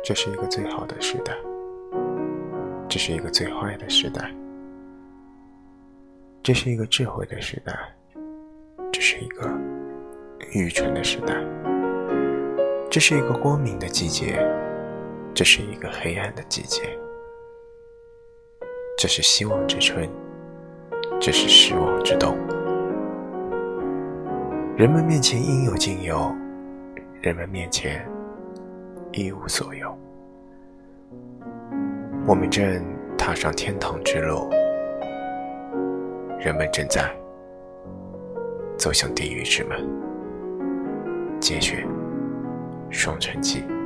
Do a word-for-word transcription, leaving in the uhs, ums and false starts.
这是一个最好的时代，这是一个最坏的时代，这是一个智慧的时代，这是一个愚蠢的时代，这是一个光明的季节，这是一个黑暗的季节，这是希望之春，这是失望之冬。人们面前应有尽有，人们面前一无所有。我们正踏上天堂之路，人们正在走向地狱之门。节选，双城记。